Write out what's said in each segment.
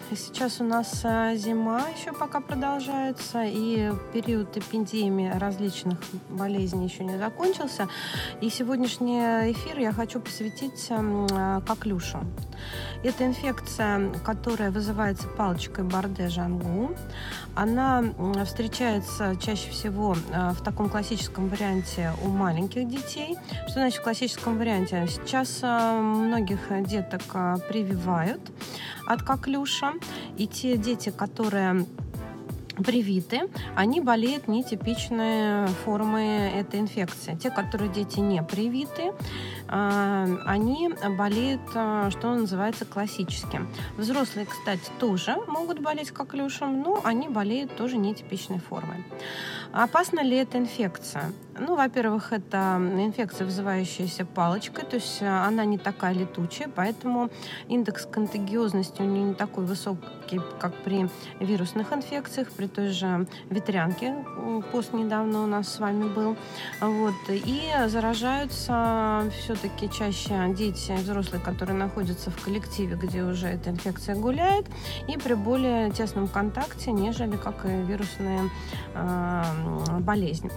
Сейчас у нас зима еще пока продолжается, и период эпидемии различных болезней еще не закончился. И сегодняшний эфир я хочу посвятить коклюшу. Это инфекция, которая вызывается палочкой Барде-Жангу. Она встречается чаще всего в таком классическом варианте у маленьких детей. Что значит в классическом варианте? Сейчас многих деток прививают от коклюша. И те дети, которые привиты, они болеют нетипичной формой этой инфекции. Те, которые дети не привиты, они болеют, что называется, классическим. Взрослые, кстати, тоже могут болеть коклюшем, но они болеют тоже нетипичной формой. Опасна ли эта инфекция? Во-первых, это инфекция, вызывающаяся палочкой, то есть она не такая летучая, поэтому индекс контагиозности у нее не такой высокий, как при вирусных инфекциях, при той же ветрянке, пост недавно у нас с вами был. И заражаются все-таки чаще дети и взрослые, которые находятся в коллективе, где уже эта инфекция гуляет, и при более тесном контакте, нежели как и вирусные болезни.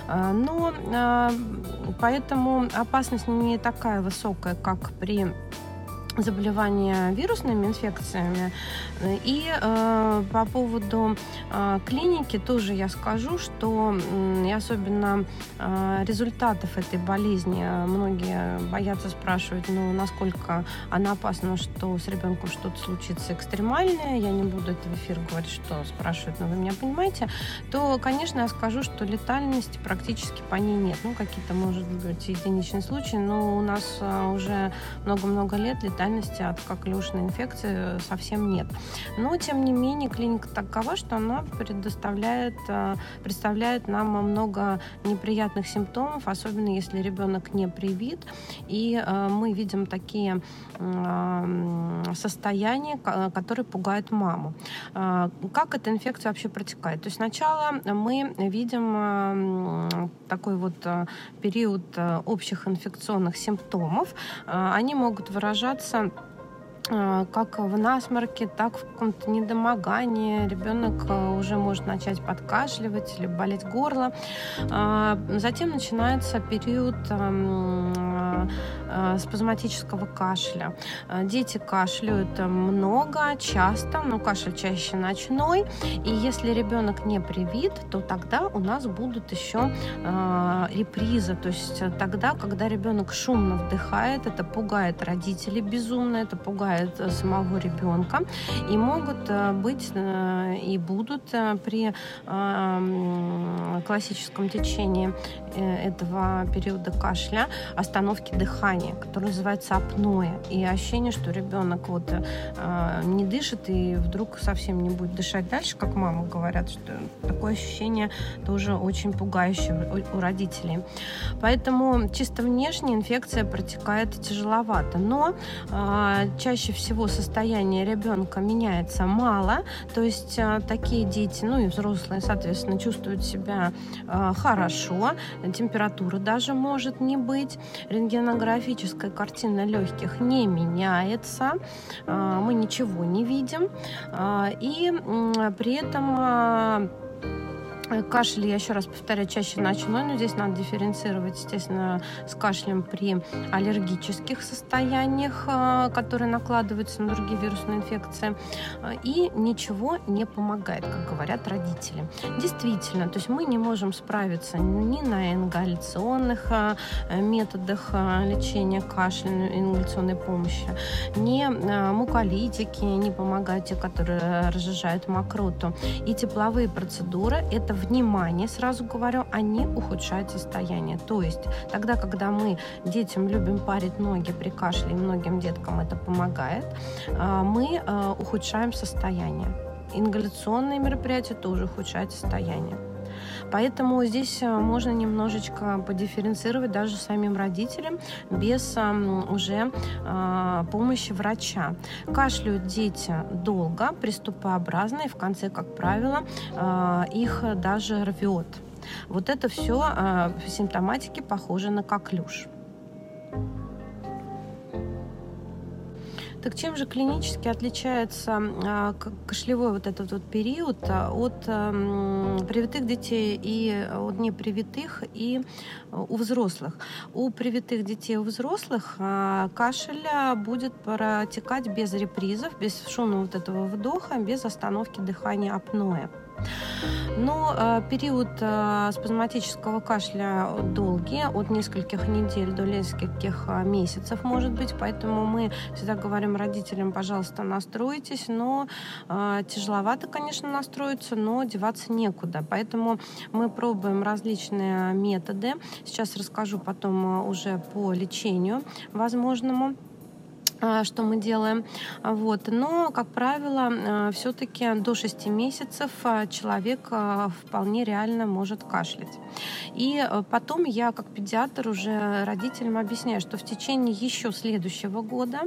Поэтому опасность не такая высокая, как при заболевания вирусными инфекциями. И по поводу клиники тоже я скажу, что и особенно результатов этой болезни многие боятся спрашивать, насколько она опасна, что с ребенком что-то случится экстремальное. Я не буду это в эфир говорить, что спрашивают, но вы меня понимаете. То, конечно, я скажу, что летальности практически по ней нет. Какие-то, может быть, единичные случаи, но у нас уже много-много лет летальности от коклюшной инфекции совсем нет. Но, тем не менее, клиника такова, что она представляет нам много неприятных симптомов, особенно если ребенок не привит, и мы видим такие состояния, которые пугают маму. Как эта инфекция вообще протекает? То есть сначала мы видим такой период общих инфекционных симптомов. Они могут выражаться как в насморке, так в каком-то недомогании. Ребенок уже может начать подкашливать или болеть горло. Затем начинается период спазматического кашля. Дети кашляют много, часто, но кашель чаще ночной. И если ребенок не привит, то тогда у нас будут еще реприза. То есть тогда, когда ребенок шумно вдыхает, это пугает родителей безумно, это пугает самого ребенка. И могут быть и будут при классическом течении этого периода кашля остановки дыхания, которое называется апноэ. И ощущение, что ребенок не дышит и вдруг совсем не будет дышать дальше, как мамы говорят, что такое ощущение тоже очень пугающее у родителей. Поэтому чисто внешне инфекция протекает тяжеловато, но чаще всего состояние ребенка меняется мало, то есть такие дети, и взрослые, соответственно, чувствуют себя хорошо, температура даже может не быть, рентгенографическая картина легких не меняется, мы ничего не видим, и при этом кашель, я еще раз повторяю, чаще ночной, но здесь надо дифференцировать, естественно, с кашлем при аллергических состояниях, которые накладываются на другие вирусные инфекции, и ничего не помогает, как говорят родители. Действительно, то есть мы не можем справиться ни на ингаляционных методах лечения кашля, ингаляционной помощи, ни муколитики не помогают, те, которые разжижают мокроту. И тепловые процедуры – это внимание, сразу говорю, они ухудшают состояние. То есть тогда, когда мы детям любим парить ноги при кашле, и многим деткам это помогает, мы ухудшаем состояние. Ингаляционные мероприятия тоже ухудшают состояние. Поэтому здесь можно немножечко подифференцировать даже самим родителям без уже помощи врача. Кашляют дети долго, приступообразно, и в конце, как правило, их даже рвет. Это все симптоматики похожи на коклюш. Так чем же клинически отличается кашлевой вот этот вот период от привитых детей и от непривитых и у взрослых? У привитых детей и у взрослых кашель будет протекать без репризов, без шумного вот этого вдоха, без остановки дыхания апноэ. Но период спазматического кашля долгий, от нескольких недель до нескольких месяцев может быть, поэтому мы всегда говорим родителям, пожалуйста, настройтесь, но тяжеловато, конечно, настроиться, но деваться некуда, поэтому мы пробуем различные методы. Сейчас расскажу потом уже по лечению возможному, что мы делаем. Вот. Но, как правило, все-таки до 6 месяцев человек вполне реально может кашлять. И потом я, как педиатр, уже родителям объясняю, что в течение еще следующего года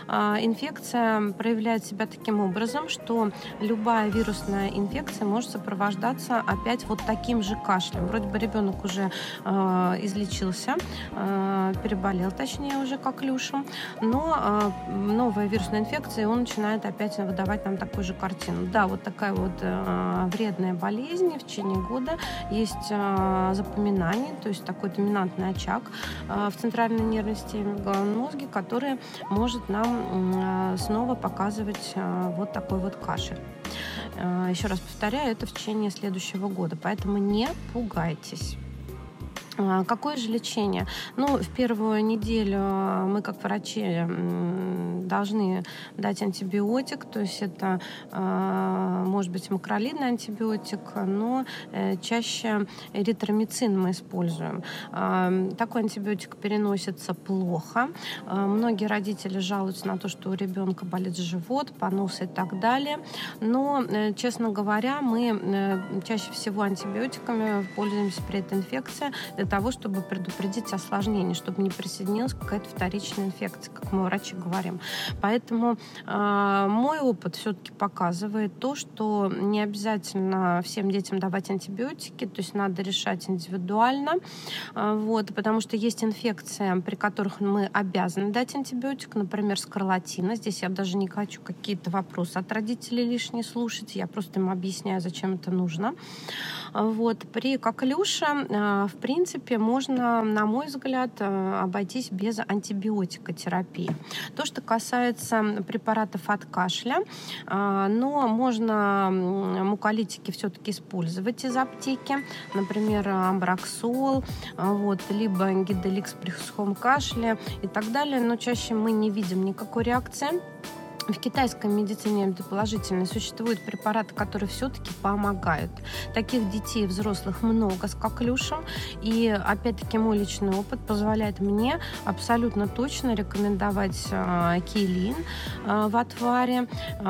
инфекция проявляет себя таким образом, что любая вирусная инфекция может сопровождаться опять вот таким же кашлем. Вроде бы ребенок уже излечился, переболел, точнее, уже коклюшем, но новая вирусная инфекция, и он начинает опять выдавать нам такую же картину. Да, вот такая вот вредная болезнь в течение года. Есть запоминание, то есть такой доминантный очаг в центральной нервной системе, в головном мозге, который может нам снова показывать вот такой вот кашель. Еще раз повторяю, это в течение следующего года, поэтому не пугайтесь. Какое же лечение? Ну, в первую неделю мы, как врачи, должны дать антибиотик, то есть это может быть макролидный антибиотик, но чаще эритромицин мы используем. Такой антибиотик переносится плохо. Многие родители жалуются на то, что у ребенка болит живот, понос и так далее. Но, честно говоря, мы чаще всего антибиотиками пользуемся при этой инфекции для того, чтобы предупредить осложнение, чтобы не присоединилась какая-то вторичная инфекция, как мы, врачи, говорим. Поэтому мой опыт все-таки показывает то, что не обязательно всем детям давать антибиотики, то есть надо решать индивидуально, вот, потому что есть инфекции, при которых мы обязаны дать антибиотик, например, скарлатина. Здесь я даже не хочу какие-то вопросы от родителей лишние слушать, я просто им объясняю, зачем это нужно. Вот. При коклюше, в принципе, можно, на мой взгляд, обойтись без антибиотикотерапии. То, что касается препаратов от кашля, но можно муколитики все-таки использовать из аптеки, например, амброксол, вот, либо гидроликс при сухом кашле и так далее, но чаще мы не видим никакой реакции. В китайской медицине это положительно. Существуют препараты, которые все-таки помогают. Таких детей и взрослых много с коклюшем. И, опять-таки, мой личный опыт позволяет мне абсолютно точно рекомендовать Кейлин в отваре,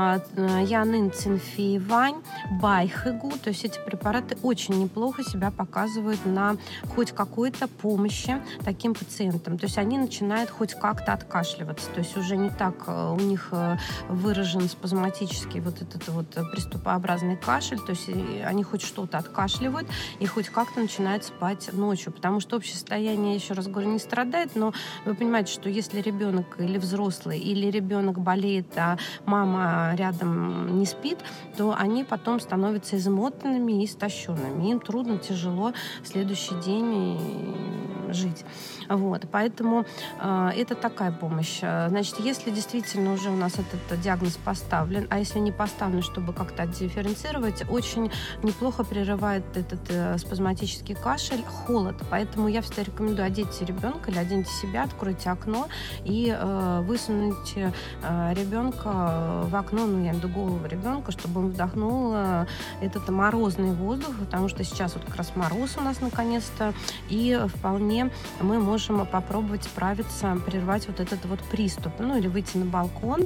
Янин Цинфейвань, Байхэгу. То есть эти препараты очень неплохо себя показывают на хоть какой-то помощи таким пациентам. То есть они начинают хоть как-то откашливаться. То есть уже не так у них выражен спазматический вот этот вот приступообразный кашель, то есть они хоть что-то откашливают и хоть как-то начинают спать ночью, потому что общее состояние, еще раз говорю, не страдает, но вы понимаете, что если ребенок или взрослый, или ребенок болеет, а мама рядом не спит, то они потом становятся измотанными и истощенными. Им трудно, тяжело в следующий день жить. Вот. Поэтому это такая помощь. Значит, если действительно уже у нас этот диагноз поставлен, а если не поставлен, чтобы как-то дифференцировать, очень неплохо прерывает этот спазматический кашель холод. Поэтому я всегда рекомендую одеть ребенка или оденьте себя, откройте окно и высунуть ребенка в окно, ну, я имею в виду голову ребенка, чтобы он вдохнул этот морозный воздух, потому что сейчас вот как раз мороз у нас наконец-то, и вполне мы можем попробовать справиться, прервать вот этот вот приступ, ну, или выйти на балкон.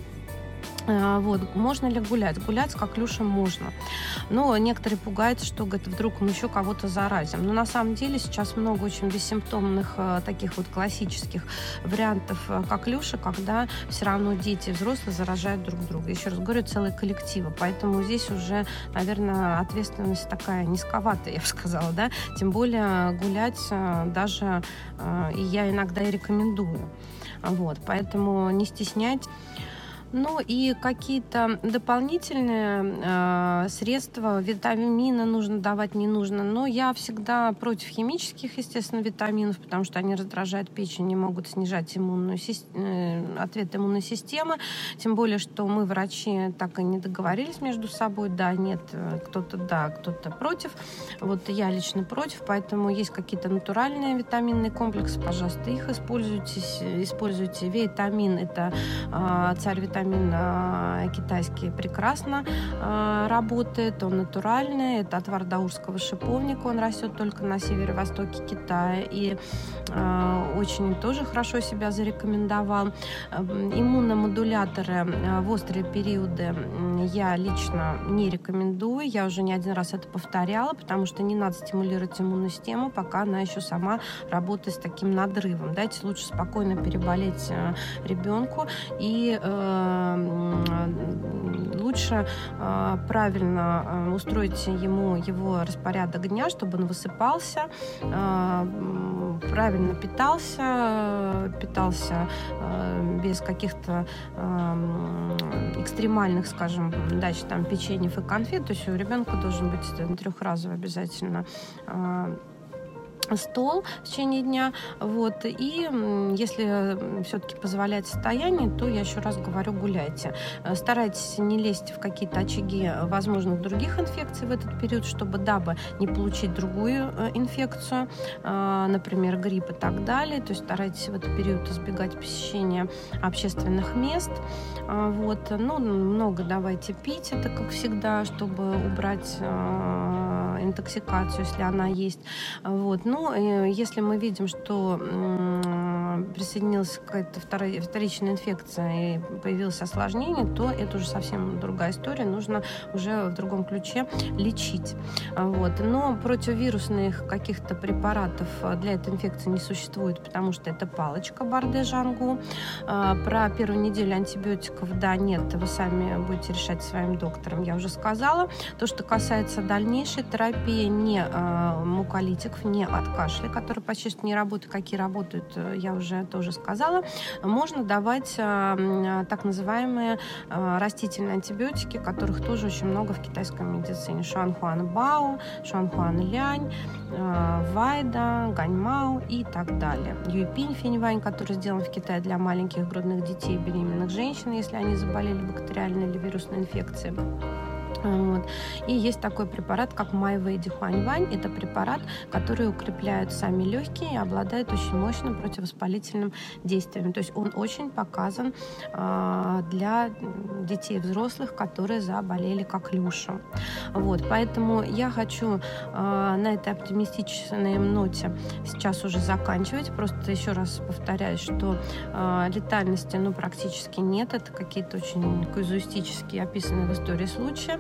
Вот. Можно ли гулять? Гулять с коклюшем можно. Но некоторые пугаются, что, говорят, вдруг мы еще кого-то заразим. Но на самом деле сейчас много очень бессимптомных таких вот классических вариантов коклюша, когда все равно дети и взрослые заражают друг друга. Еще раз говорю, целые коллективы. Поэтому здесь уже, наверное, ответственность такая низковатая, я бы сказала, да. Тем более гулять даже и я иногда и рекомендую. Вот. Поэтому не стесняйтесь. Ну и какие-то дополнительные средства, витамины нужно давать, не нужно. Но я всегда против химических, естественно, витаминов, потому что они раздражают печень и могут снижать ответ иммунной системы. Тем более, что мы, врачи, так и не договорились между собой. Да, нет, кто-то да, кто-то против. Вот я лично против, поэтому есть какие-то натуральные витаминные комплексы, пожалуйста, их используйте. Витамин – это царь витамин китайский, прекрасно работает, он натуральный, это отвар даурского шиповника, он растет только на северо-востоке Китая и очень тоже хорошо себя зарекомендовал. Иммуномодуляторы в острые периоды я лично не рекомендую, я уже не один раз это повторяла, потому что не надо стимулировать иммунную систему, пока она еще сама работает с таким надрывом. Дайте лучше спокойно переболеть ребенку и лучше правильно устроить ему его распорядок дня, чтобы он высыпался, правильно питался без каких-то экстремальных, скажем, дач там печеньев и конфет. То есть у ребенка должен быть трехразовый обязательно стол в течение дня. Вот. И если все-таки позволяет состояние, то я еще раз говорю, гуляйте. Старайтесь не лезть в какие-то очаги возможных других инфекций в этот период, дабы не получить другую инфекцию, например, грипп и так далее. То есть старайтесь в этот период избегать посещения общественных мест. Вот. Ну, много давайте пить, это как всегда, чтобы убрать интоксикацию, если она есть. Вот. Ну, если мы видим, что присоединилась какая-то вторичная инфекция и появилось осложнение, то это уже совсем другая история, нужно уже в другом ключе лечить. Вот. Но противовирусных каких-то препаратов для этой инфекции не существует, потому что это палочка Барде-Жангу. Про первую неделю антибиотиков, да, нет, вы сами будете решать своим доктором, я уже сказала. То, что касается дальнейшей терапии, не муколитиков, не от кашля, которые почти что не работают, какие работают, я уже тоже сказала. Можно давать так называемые растительные антибиотики, которых тоже очень много в китайской медицине. Шуанхуан Бао, Шуанхуан Лянь, Вайда, Ганьмао и так далее. Юйпинь Финьвань, который сделан в Китае для маленьких грудных детей и беременных женщин, если они заболели бактериальной или вирусной инфекцией. Вот. И есть такой препарат, как Майвей Дихуаньвань. Это препарат, который укрепляет сами легкие и обладает очень мощным противовоспалительным действием. То есть он очень показан для детей и взрослых, которые заболели коклюшем. Вот. Поэтому я хочу на этой оптимистичной ноте сейчас уже заканчивать. Просто еще раз повторяю, что летальности практически нет. Это какие-то очень казуистические описанные в истории случаи.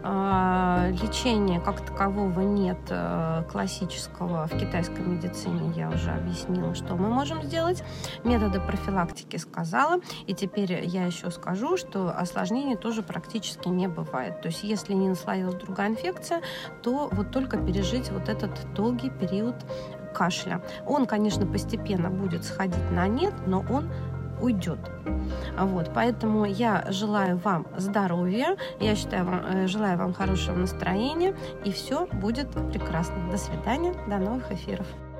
Лечения как такового нет классического в китайской медицине, я уже объяснила, что мы можем сделать. Методы профилактики сказала, и теперь я еще скажу, что осложнений тоже практически не бывает. То есть если не наслоилась другая инфекция, то вот только пережить вот этот долгий период кашля. Он, конечно, постепенно будет сходить на нет, но он уйдет. Вот, поэтому я желаю вам здоровья, желаю вам хорошего настроения, и все будет прекрасно. До свидания, до новых эфиров.